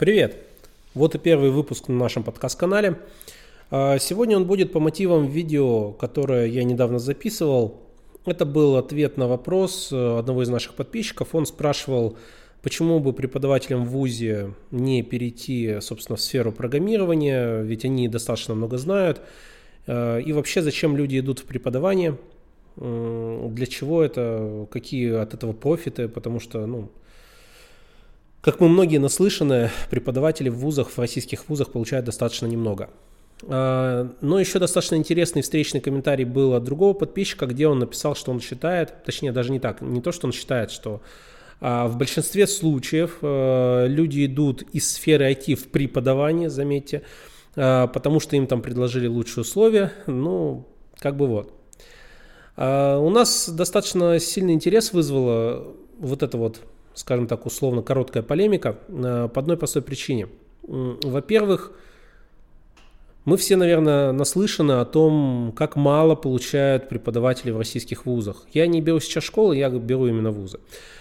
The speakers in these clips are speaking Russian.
Привет! Вот и первый выпуск на нашем подкаст-канале. Сегодня он будет по мотивам видео, которое я недавно записывал. Это был ответ на вопрос одного из наших подписчиков. Он спрашивал, почему бы преподавателям в ВУЗе не перейти, собственно, в сферу программирования, ведь они достаточно много знают. И вообще, зачем люди идут в преподавание, для чего это, какие от этого профиты, потому что, как мы многие наслышаны, преподаватели в вузах, в российских вузах получают достаточно немного. Но еще достаточно интересный встречный комментарий был от другого подписчика, где он написал, что он считает, точнее даже не так, не то, что он считает, что в большинстве случаев люди идут из сферы IT в преподавание, заметьте, потому что им там предложили лучшие условия, У нас достаточно сильный интерес вызвала вот эта вот, скажем так, условно короткая полемика по одной простой причине. Во-первых, мы все, наверное, наслышаны о том, как мало получают преподаватели в российских вузах. Я не беру сейчас школы, я беру именно вузы.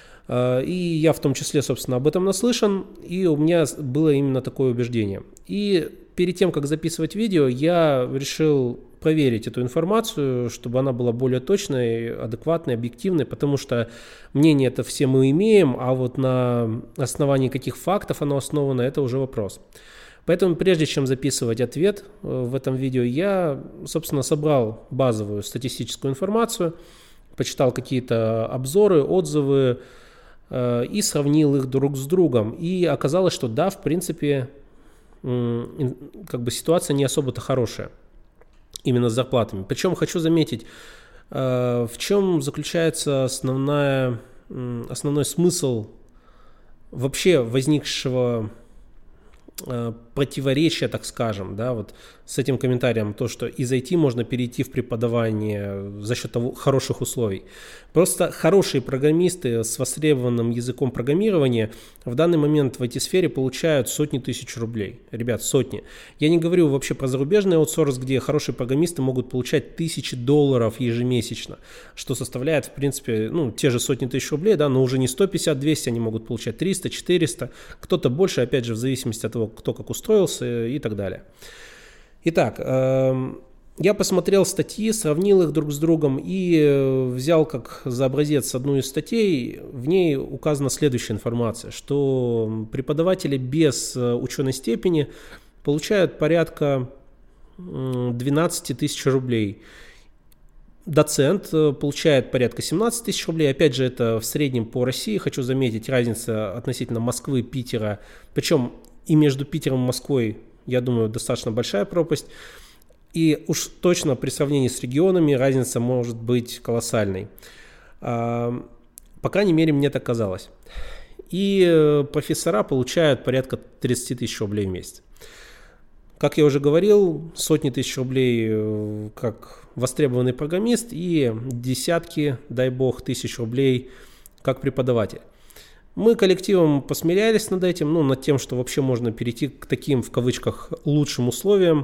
И я в том числе, собственно, об этом наслышан, и у меня было именно такое убеждение. И перед тем, как записывать видео, я решил проверить эту информацию, чтобы она была более точной, адекватной, объективной, потому что мнение это все мы имеем, а вот на основании каких фактов оно основано, это уже вопрос. Поэтому прежде чем записывать ответ в этом видео, я, собственно, собрал базовую статистическую информацию, почитал какие-то обзоры, отзывы и сравнил их друг с другом. И оказалось, что да, в принципе, ситуация не особо-то хорошая именно с зарплатами. Причем хочу заметить, в чем заключается основной смысл вообще возникшего противоречия, так скажем, да, вот с этим комментарием, то, что из IT можно перейти в преподавание за счет хороших условий. Просто хорошие программисты с востребованным языком программирования в данный момент в IT-сфере получают сотни тысяч рублей. Ребят, сотни. Я не говорю вообще про зарубежный аутсорс, где хорошие программисты могут получать $1000 ежемесячно, что составляет, в принципе, те же сотни тысяч рублей, да, но уже не 150-200, они могут получать 300-400, кто-то больше, опять же, в зависимости от того, кто как устроился и так далее. Итак, я посмотрел статьи, сравнил их друг с другом и взял как за образец одну из статей. В ней указана следующая информация, что преподаватели без ученой степени получают порядка 12 тысяч рублей. Доцент получает порядка 17 тысяч рублей. Опять же, это в среднем по России. Хочу заметить, разница относительно Москвы, Питера. Причем и между Питером и Москвой, я думаю, достаточно большая пропасть. И уж точно при сравнении с регионами разница может быть колоссальной. По крайней мере, мне так казалось. И профессора получают порядка 30 тысяч рублей в месяц. Как я уже говорил, сотни тысяч рублей как востребованный программист и десятки, дай бог, тысяч рублей как преподаватель. Мы коллективом посмеялись над этим, над тем, что вообще можно перейти к таким, в кавычках, лучшим условиям.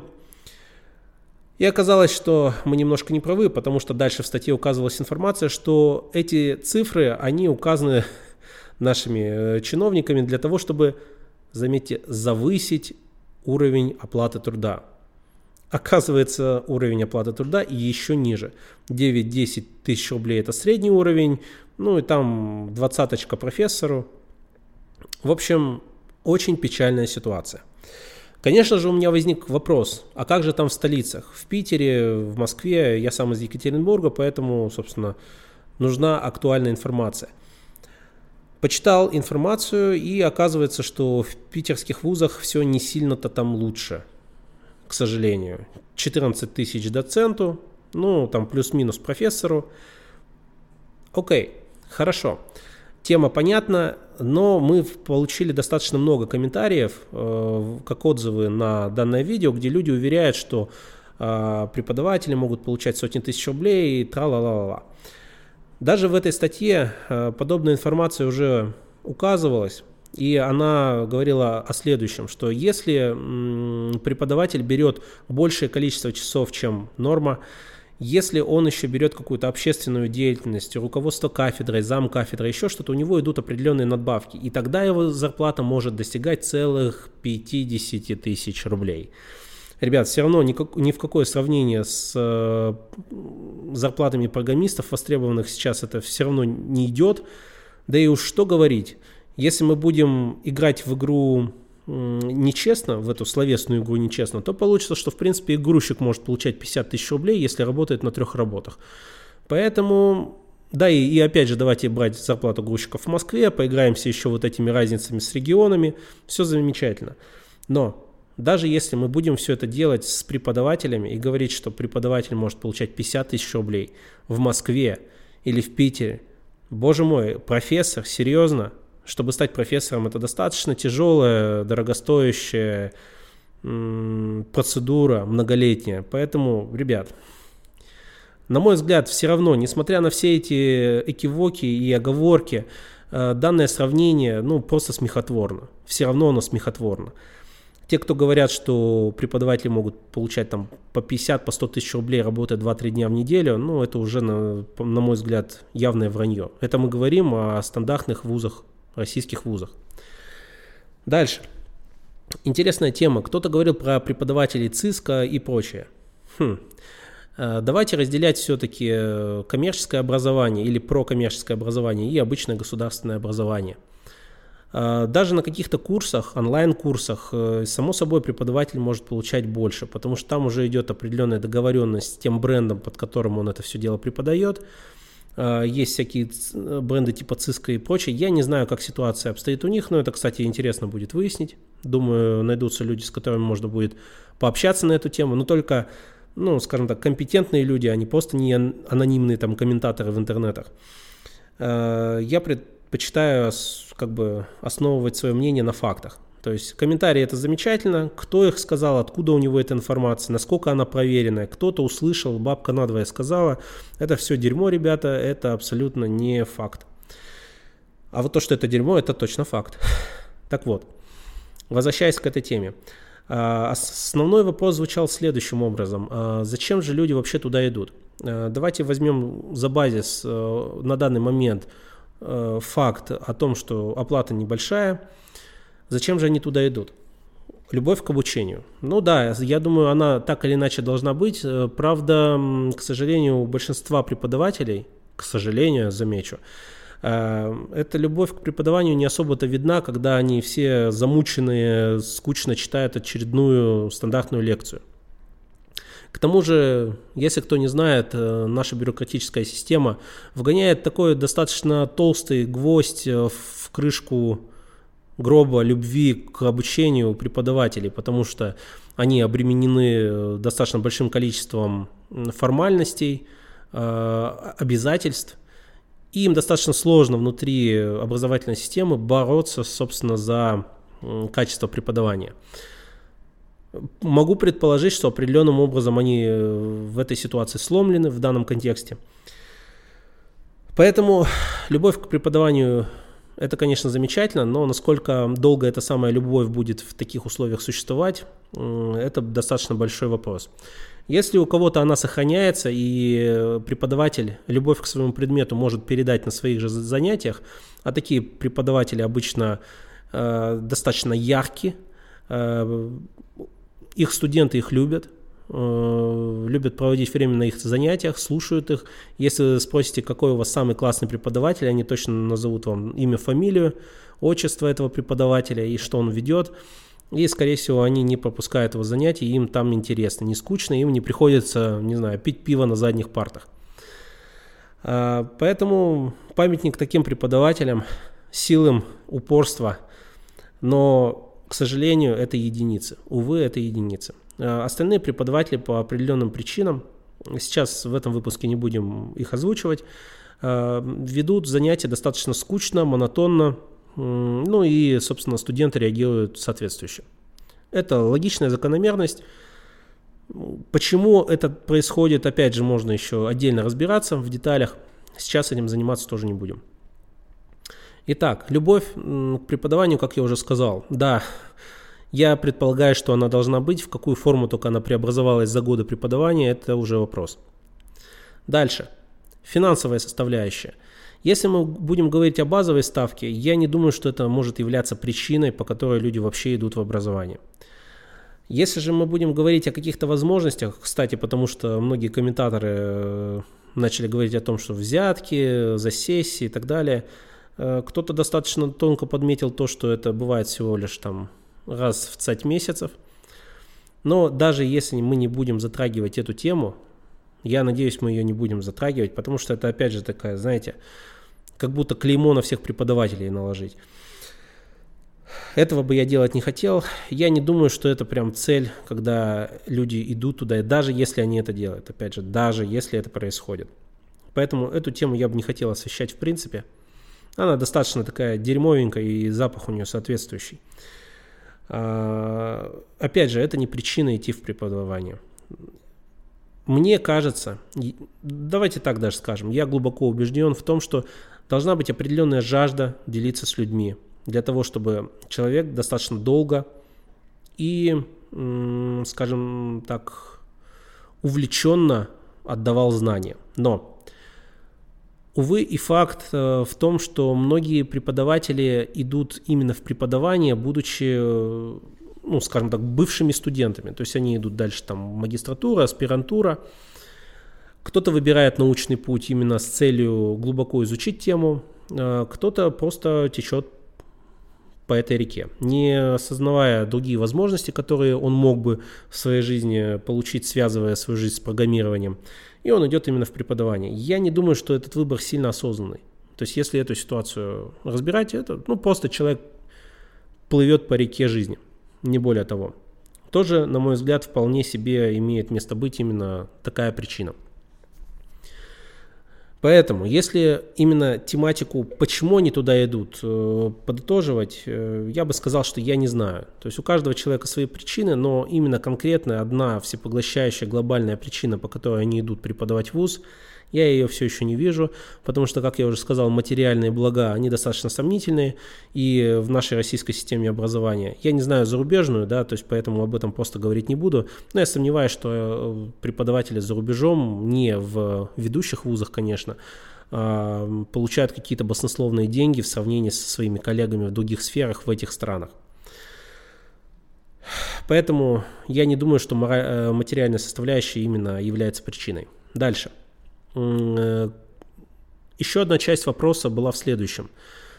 И оказалось, что мы немножко не правы, потому что дальше в статье указывалась информация, что эти цифры, они указаны нашими чиновниками для того, чтобы, заметьте, завысить уровень оплаты труда. Оказывается, уровень оплаты труда и еще ниже. 9-10 тысяч рублей – это средний уровень, и там 20-очка профессору. В общем, очень печальная ситуация. Конечно же, у меня возник вопрос, а как же там в столицах? В Питере, в Москве, я сам из Екатеринбурга, поэтому, собственно, нужна актуальная информация. Почитал информацию, и оказывается, что в питерских вузах все не сильно-то там лучше, к сожалению. 14 тысяч доценту, там плюс-минус профессору. Окей, хорошо. Тема понятна, но мы получили достаточно много комментариев, как отзывы на данное видео, где люди уверяют, что преподаватели могут получать сотни тысяч рублей и тра-ла-ла-ла. Даже в этой статье подобная информация уже указывалась, и она говорила о следующем, что если преподаватель берет большее количество часов, чем норма, Если он еще берет какую-то общественную деятельность, руководство кафедрой, зам кафедры, еще что-то, у него идут определенные надбавки. И тогда его зарплата может достигать целых 50 тысяч рублей. Ребят, все равно ни в какое сравнение с зарплатами программистов, востребованных сейчас, это все равно не идет. Да и уж что говорить, если мы будем играть в игру нечестно, в эту словесную игру нечестно, то получится, что в принципе и грузчик может получать 50 тысяч рублей, если работает на 3 работах. Поэтому, да, и опять же, давайте брать зарплату грузчиков в Москве, поиграемся еще вот этими разницами с регионами, все замечательно. Но даже если мы будем все это делать с преподавателями и говорить, что преподаватель может получать 50 тысяч рублей в Москве или в Питере, боже мой, профессор, серьезно? Чтобы стать профессором, это достаточно тяжелая, дорогостоящая процедура, многолетняя. Поэтому, ребят, на мой взгляд, все равно, несмотря на все эти экивоки и оговорки, данное сравнение, просто смехотворно. Все равно оно смехотворно. Те, кто говорят, что преподаватели могут получать там по 50, по 100 тысяч рублей, работая 2-3 дня в неделю, это уже, на мой взгляд, явное вранье. Это мы говорим о стандартных вузах, российских вузах. Дальше. Интересная тема. Кто-то говорил про преподавателей ЦИСКа и прочее. Давайте разделять все-таки коммерческое образование или прокоммерческое образование и обычное государственное образование. Даже на каких-то курсах, онлайн-курсах, само собой, преподаватель может получать больше, потому что там уже идет определенная договоренность с тем брендом, под которым он это все дело преподает. Есть всякие бренды типа ЦИСКа и прочее. Я не знаю, как ситуация обстоит у них, но это, кстати, интересно будет выяснить. Думаю, найдутся люди, с которыми можно будет пообщаться на эту тему, но только, скажем так, компетентные люди, а не просто не анонимные там комментаторы в интернетах. Я предпочитаю основывать свое мнение на фактах. То есть комментарии — это замечательно, кто их сказал, откуда у него эта информация, насколько она проверенная, кто-то услышал, бабка надвое сказала. Это все дерьмо, ребята, это абсолютно не факт. А вот то, что это дерьмо, это точно факт. Так вот, возвращаясь к этой теме. Основной вопрос звучал следующим образом. Зачем же люди вообще туда идут? Давайте возьмем за базис на данный момент факт о том, что оплата небольшая. Зачем же они туда идут? Любовь к обучению. Я думаю, она так или иначе должна быть. Правда, к сожалению, у большинства преподавателей, к сожалению, замечу, эта любовь к преподаванию не особо-то видна, когда они все замученные, скучно читают очередную стандартную лекцию. К тому же, если кто не знает, наша бюрократическая система вгоняет такой достаточно толстый гвоздь в крышку гроба любви к обучению преподавателей, потому что они обременены достаточно большим количеством формальностей, обязательств, и им достаточно сложно внутри образовательной системы бороться, собственно, за качество преподавания. Могу предположить, что определенным образом они в этой ситуации сломлены в данном контексте. Поэтому любовь к преподаванию — это, конечно, замечательно, но насколько долго эта самая любовь будет в таких условиях существовать, это достаточно большой вопрос. Если у кого-то она сохраняется, и преподаватель любовь к своему предмету может передать на своих же занятиях, а такие преподаватели обычно достаточно яркие, их студенты их любят проводить время на их занятиях, слушают их. Если спросите, какой у вас самый классный преподаватель, они точно назовут вам имя, фамилию, отчество этого преподавателя и что он ведет. И, скорее всего, они не пропускают его занятий, им там интересно, не скучно, им не приходится, пить пиво на задних партах. Поэтому памятник таким преподавателям, силам, упорства, но, к сожалению, это единицы. Увы, это единицы. Остальные преподаватели по определенным причинам, сейчас в этом выпуске не будем их озвучивать, ведут занятия достаточно скучно, монотонно, и, собственно, студенты реагируют соответствующе. Это логичная закономерность. Почему это происходит, опять же, можно еще отдельно разбираться в деталях. Сейчас этим заниматься тоже не будем. Итак, любовь к преподаванию, как я уже сказал, да, я предполагаю, что она должна быть, в какую форму только она преобразовалась за годы преподавания, это уже вопрос. Дальше. Финансовая составляющая. Если мы будем говорить о базовой ставке, я не думаю, что это может являться причиной, по которой люди вообще идут в образование. Если же мы будем говорить о каких-то возможностях, кстати, потому что многие комментаторы начали говорить о том, что взятки, за сессии и так далее, кто-то достаточно тонко подметил то, что это бывает всего лишь там раз в 5 месяцев. Но даже если мы не будем затрагивать эту тему, я надеюсь, мы ее не будем затрагивать, потому что это опять же такая, знаете, как будто клеймо на всех преподавателей наложить. Этого бы я делать не хотел. Я не думаю, что это прям цель, когда люди идут туда, даже если они это делают. Опять же, даже если это происходит. Поэтому эту тему я бы не хотел освещать в принципе. Она достаточно такая дерьмовенькая и запах у нее соответствующий. Опять же, это не причина идти в преподавание. Мне кажется, давайте так даже скажем, я глубоко убежден в том, что должна быть определенная жажда делиться с людьми, для того, чтобы человек достаточно долго и, скажем так, увлеченно отдавал знания. Но, увы, и факт в том, что многие преподаватели идут именно в преподавание, будучи, ну, скажем так, бывшими студентами. То есть они идут дальше, там, магистратура, аспирантура. Кто-то выбирает научный путь именно с целью глубоко изучить тему, кто-то просто течет по этой реке, не осознавая другие возможности, которые он мог бы в своей жизни получить, связывая свою жизнь с программированием. И он идет именно в преподавание. Я не думаю, что этот выбор сильно осознанный. То есть если эту ситуацию разбирать, это просто человек плывет по реке жизни, не более того. Тоже, на мой взгляд, вполне себе имеет место быть именно такая причина. Поэтому, если именно тематику, почему они туда идут, подытоживать, я бы сказал, что я не знаю. То есть у каждого человека свои причины, но именно конкретно одна всепоглощающая глобальная причина, по которой они идут преподавать в вуз, я ее все еще не вижу, потому что, как я уже сказал, материальные блага, они достаточно сомнительные и в нашей российской системе образования. Я не знаю зарубежную, да, то есть поэтому об этом просто говорить не буду, но я сомневаюсь, что преподаватели за рубежом, не в ведущих вузах, конечно, получают какие-то баснословные деньги в сравнении со своими коллегами в других сферах в этих странах. Поэтому я не думаю, что материальная составляющая именно является причиной. Дальше. Еще одна часть вопроса была в следующем.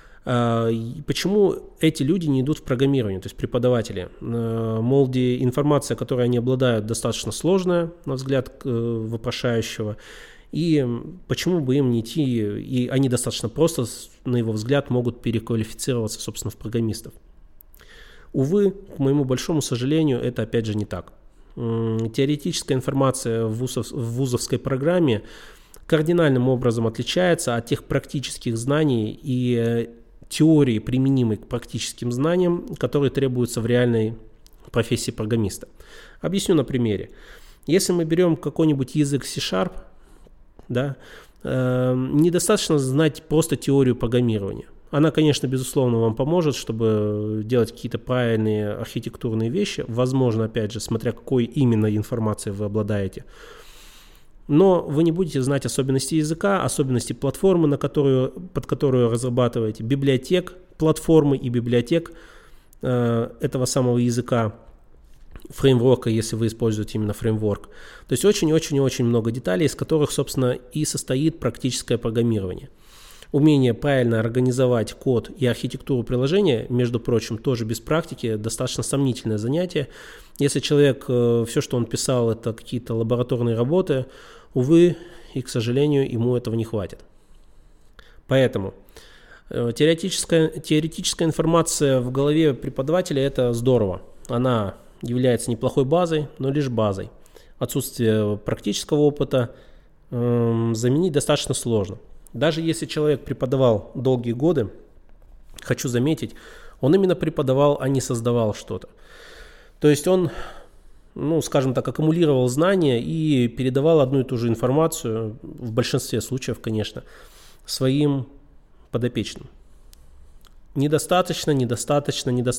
Почему эти люди не идут в программирование, то есть преподаватели? Мол, информация, которой они обладают, достаточно сложная, на взгляд вопрошающего, и почему бы им не идти, и они достаточно просто, на его взгляд, могут переквалифицироваться, собственно, в программистов. Увы, к моему большому сожалению, это опять же не так. Теоретическая информация в вузовской программе кардинальным образом отличается от тех практических знаний и теории, применимой к практическим знаниям, которые требуются в реальной профессии программиста. Объясню на примере. Если мы берем какой-нибудь язык C#, да, недостаточно знать просто теорию программирования. Она, конечно, безусловно, вам поможет, чтобы делать какие-то правильные архитектурные вещи, возможно, опять же, смотря какой именно информацией вы обладаете. Но вы не будете знать особенности языка, особенности платформы, под которую разрабатываете, библиотек платформы и библиотек этого самого языка, фреймворка, если вы используете именно фреймворк. То есть очень-очень-очень много деталей, из которых, собственно, и состоит практическое программирование. Умение правильно организовать код и архитектуру приложения, между прочим, тоже без практики, достаточно сомнительное занятие. Если человек, все, что он писал, это какие-то лабораторные работы, увы, и, к сожалению, ему этого не хватит. Поэтому теоретическая информация в голове преподавателя – это здорово. Она является неплохой базой, но лишь базой. Отсутствие практического опыта заменить достаточно сложно. Даже если человек преподавал долгие годы, хочу заметить, он именно преподавал, а не создавал что-то. То есть он, скажем так, аккумулировал знания и передавал одну и ту же информацию, в большинстве случаев, конечно, своим подопечным. Недостаточно.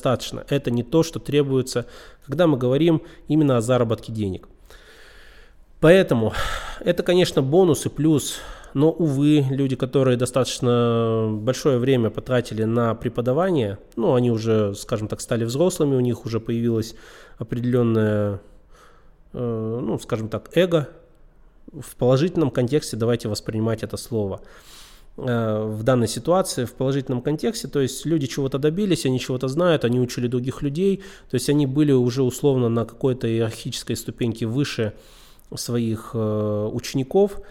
Это не то, что требуется, когда мы говорим именно о заработке денег. Поэтому это, конечно, бонус и плюс, но, увы, люди, которые достаточно большое время потратили на преподавание, ну, они уже, скажем так, стали взрослыми, у них уже появилось определенное, ну, скажем так, эго. В положительном контексте давайте воспринимать это слово. В данной ситуации, в положительном контексте, то есть люди чего-то добились, они чего-то знают, они учили других людей, то есть они были уже условно на какой-то иерархической ступеньке выше своих учеников.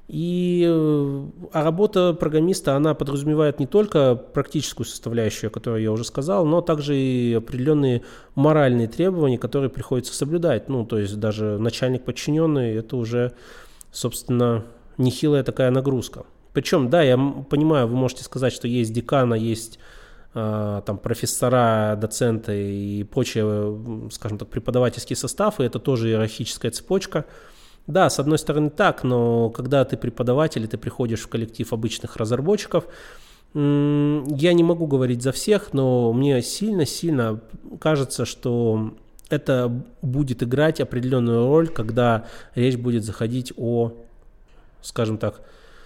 А работа программиста, она подразумевает не только практическую составляющую, о которой я уже сказал, но также и определенные моральные требования, которые приходится соблюдать. Ну, то есть даже начальник подчиненный, это уже, собственно, нехилая такая нагрузка. Причем, да, я понимаю, вы можете сказать, что есть деканы, есть там профессора, доценты и прочие, скажем так, преподавательский состав, и это тоже иерархическая цепочка. Да, с одной стороны так, но когда ты преподаватель, и ты приходишь в коллектив обычных разработчиков, я не могу говорить за всех, но мне сильно-сильно кажется, что это будет играть определенную роль, когда речь будет заходить о, скажем так,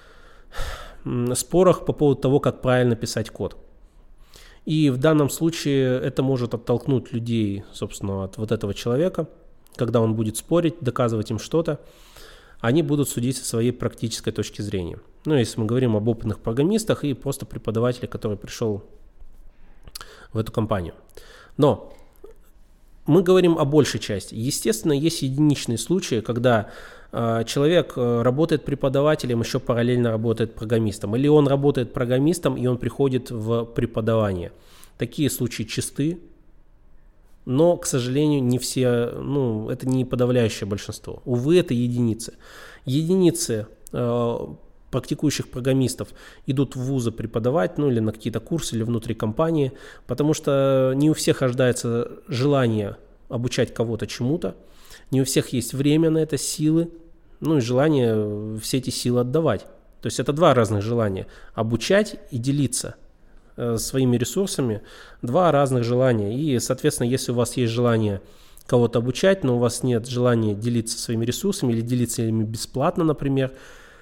спорах по поводу того, как правильно писать код. И в данном случае это может оттолкнуть людей, собственно, от вот этого человека. Когда он будет спорить, доказывать им что-то, они будут судить со своей практической точки зрения. Ну, если мы говорим об опытных программистах и просто преподавателе, который пришел в эту компанию. Но мы говорим о большей части. Естественно, есть единичные случаи, когда человек работает преподавателем, еще параллельно работает программистом. Или он работает программистом, и он приходит в преподавание. Такие случаи чисты. Но, к сожалению, не все, ну, это не подавляющее большинство. Увы, это единицы. Единицы практикующих программистов идут в вузы преподавать, ну, или на какие-то курсы, или внутри компании, потому что не у всех рождается желание обучать кого-то чему-то, не у всех есть время на это, силы, ну, и желание все эти силы отдавать. То есть это два разных желания – обучать и делиться своими ресурсами, два разных желания. И, соответственно, если у вас есть желание кого-то обучать, но у вас нет желания делиться своими ресурсами или делиться ими бесплатно, например,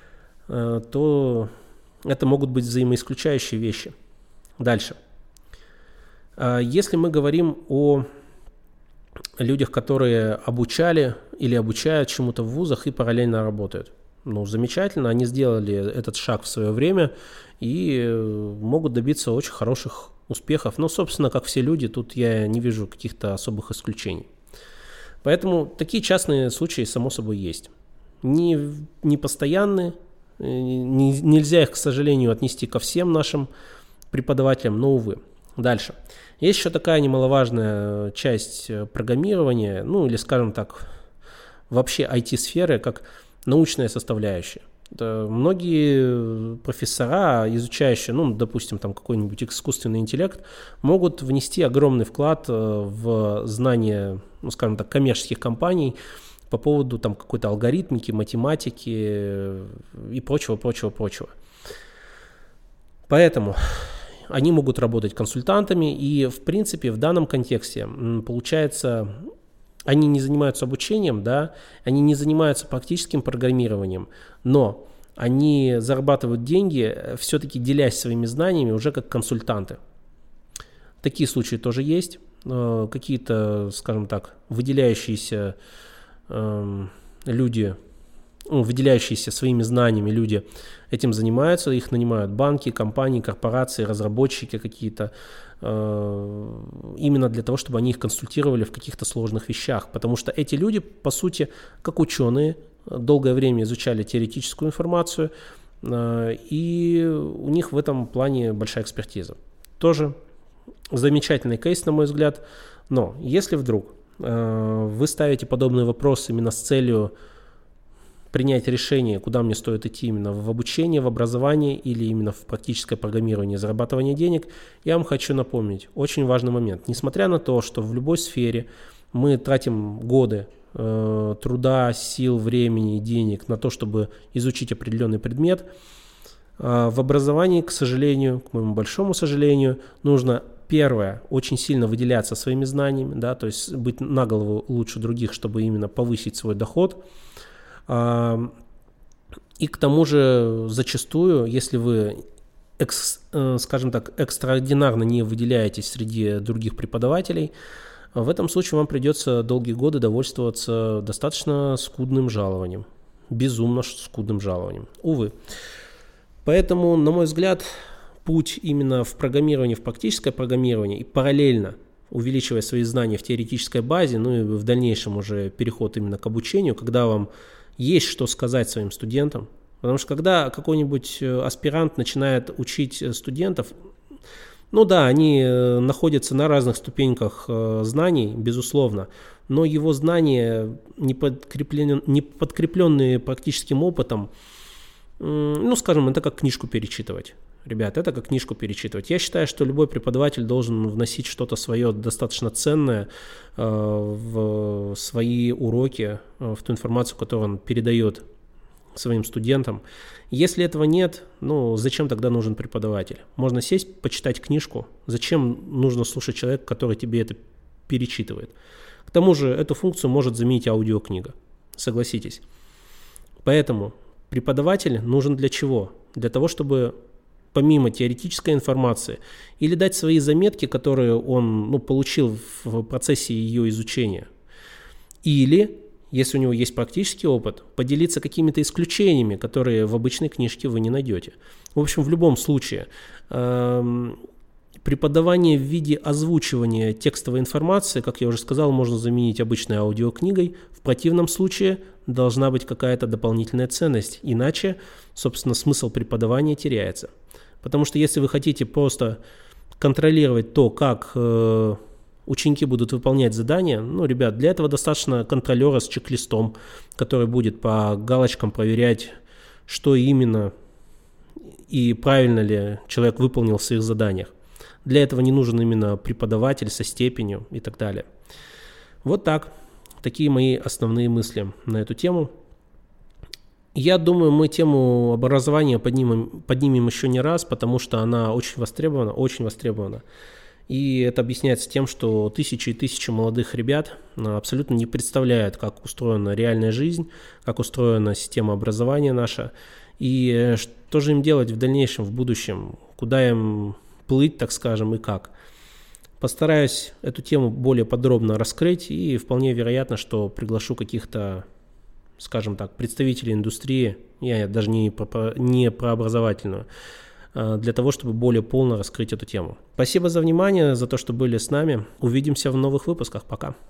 то это могут быть взаимоисключающие вещи. Дальше. Если мы говорим о людях, которые обучали или обучают чему-то в вузах и параллельно работают. Ну, замечательно, они сделали этот шаг в свое время и могут добиться очень хороших успехов. Но, собственно, как все люди, тут я не вижу каких-то особых исключений. Поэтому такие частные случаи, само собой, есть. Не постоянные, нельзя их, к сожалению, отнести ко всем нашим преподавателям, но, увы. Дальше. Есть еще такая немаловажная часть программирования, ну, или, скажем так, вообще IT-сферы, как научная составляющая. Многие профессора, изучающие, ну, допустим, там какой-нибудь искусственный интеллект, могут внести огромный вклад в знание, ну, скажем так, коммерческих компаний по поводу там какой-то алгоритмики, математики и прочего. Поэтому они могут работать консультантами, и, в принципе, в данном контексте получается, они не занимаются обучением, да, они не занимаются практическим программированием, но они зарабатывают деньги, все-таки делясь своими знаниями уже как консультанты. Такие случаи тоже есть. Какие-то, скажем так, выделяющиеся люди, выделяющиеся своими знаниями люди этим занимаются, их нанимают банки, компании, корпорации, разработчики какие-то, именно для того, чтобы они их консультировали в каких-то сложных вещах, потому что эти люди, по сути, как ученые, долгое время изучали теоретическую информацию, и у них в этом плане большая экспертиза. Тоже замечательный кейс, на мой взгляд, но если вдруг вы ставите подобный вопрос именно с целью принять решение, куда мне стоит идти именно в обучение, в образование или именно в практическое программирование, зарабатывание денег, я вам хочу напомнить очень важный момент. Несмотря на то, что в любой сфере мы тратим годы труда, сил, времени и денег на то, чтобы изучить определенный предмет, в образовании, к сожалению, к моему большому сожалению, нужно первое, очень сильно выделяться своими знаниями, да, то есть быть на голову лучше других, чтобы именно повысить свой доход. И к тому же зачастую, если вы, скажем так, экстраординарно не выделяетесь среди других преподавателей, в этом случае вам придется долгие годы довольствоваться достаточно скудным жалованием, безумно скудным жалованием, увы. Поэтому, на мой взгляд, путь именно в программировании, в практическое программирование и параллельно увеличивая свои знания в теоретической базе, ну и в дальнейшем уже переход именно к обучению, когда вам есть что сказать своим студентам. Потому что когда какой-нибудь аспирант начинает учить студентов, ну да, они находятся на разных ступеньках знаний, безусловно, но его знания, не подкрепленные практическим опытом, ну, скажем, это как книжку перечитывать. Ребят, это как книжку перечитывать. Я считаю, что любой преподаватель должен вносить что-то свое достаточно ценное в свои уроки, в ту информацию, которую он передает своим студентам. Если этого нет, ну, зачем тогда нужен преподаватель? Можно сесть, почитать книжку. Зачем нужно слушать человека, который тебе это перечитывает? К тому же эту функцию может заменить аудиокнига. Согласитесь. Поэтому преподаватель нужен для чего? Для того, чтобы помимо теоретической информации или дать свои заметки, которые он получил в процессе ее изучения. Или, если у него есть практический опыт, поделиться какими-то исключениями, которые в обычной книжке вы не найдете. В общем, в любом случае, преподавание в виде озвучивания текстовой информации, как я уже сказал, можно заменить обычной аудиокнигой. В противном случае должна быть какая-то дополнительная ценность, иначе, собственно, смысл преподавания теряется. Потому что если вы хотите просто контролировать то, как ученики будут выполнять задания, ну, ребят, для этого достаточно контролера с чек-листом, который будет по галочкам проверять, что именно и правильно ли человек выполнил в своих заданиях. Для этого не нужен именно преподаватель со степенью и так далее. Вот так. Такие мои основные мысли на эту тему. Я думаю, мы тему образования поднимем еще не раз, потому что она очень востребована, очень востребована. И это объясняется тем, что тысячи и тысячи молодых ребят абсолютно не представляют, как устроена реальная жизнь, как устроена система образования наша, и что же им делать в дальнейшем, в будущем, куда им плыть, так скажем, и как. Постараюсь эту тему более подробно раскрыть, и вполне вероятно, что приглашу каких-то, скажем так, представителей индустрии, я даже не про образовательную, для того, чтобы более полно раскрыть эту тему. Спасибо за внимание, за то, что были с нами. Увидимся в новых выпусках. Пока.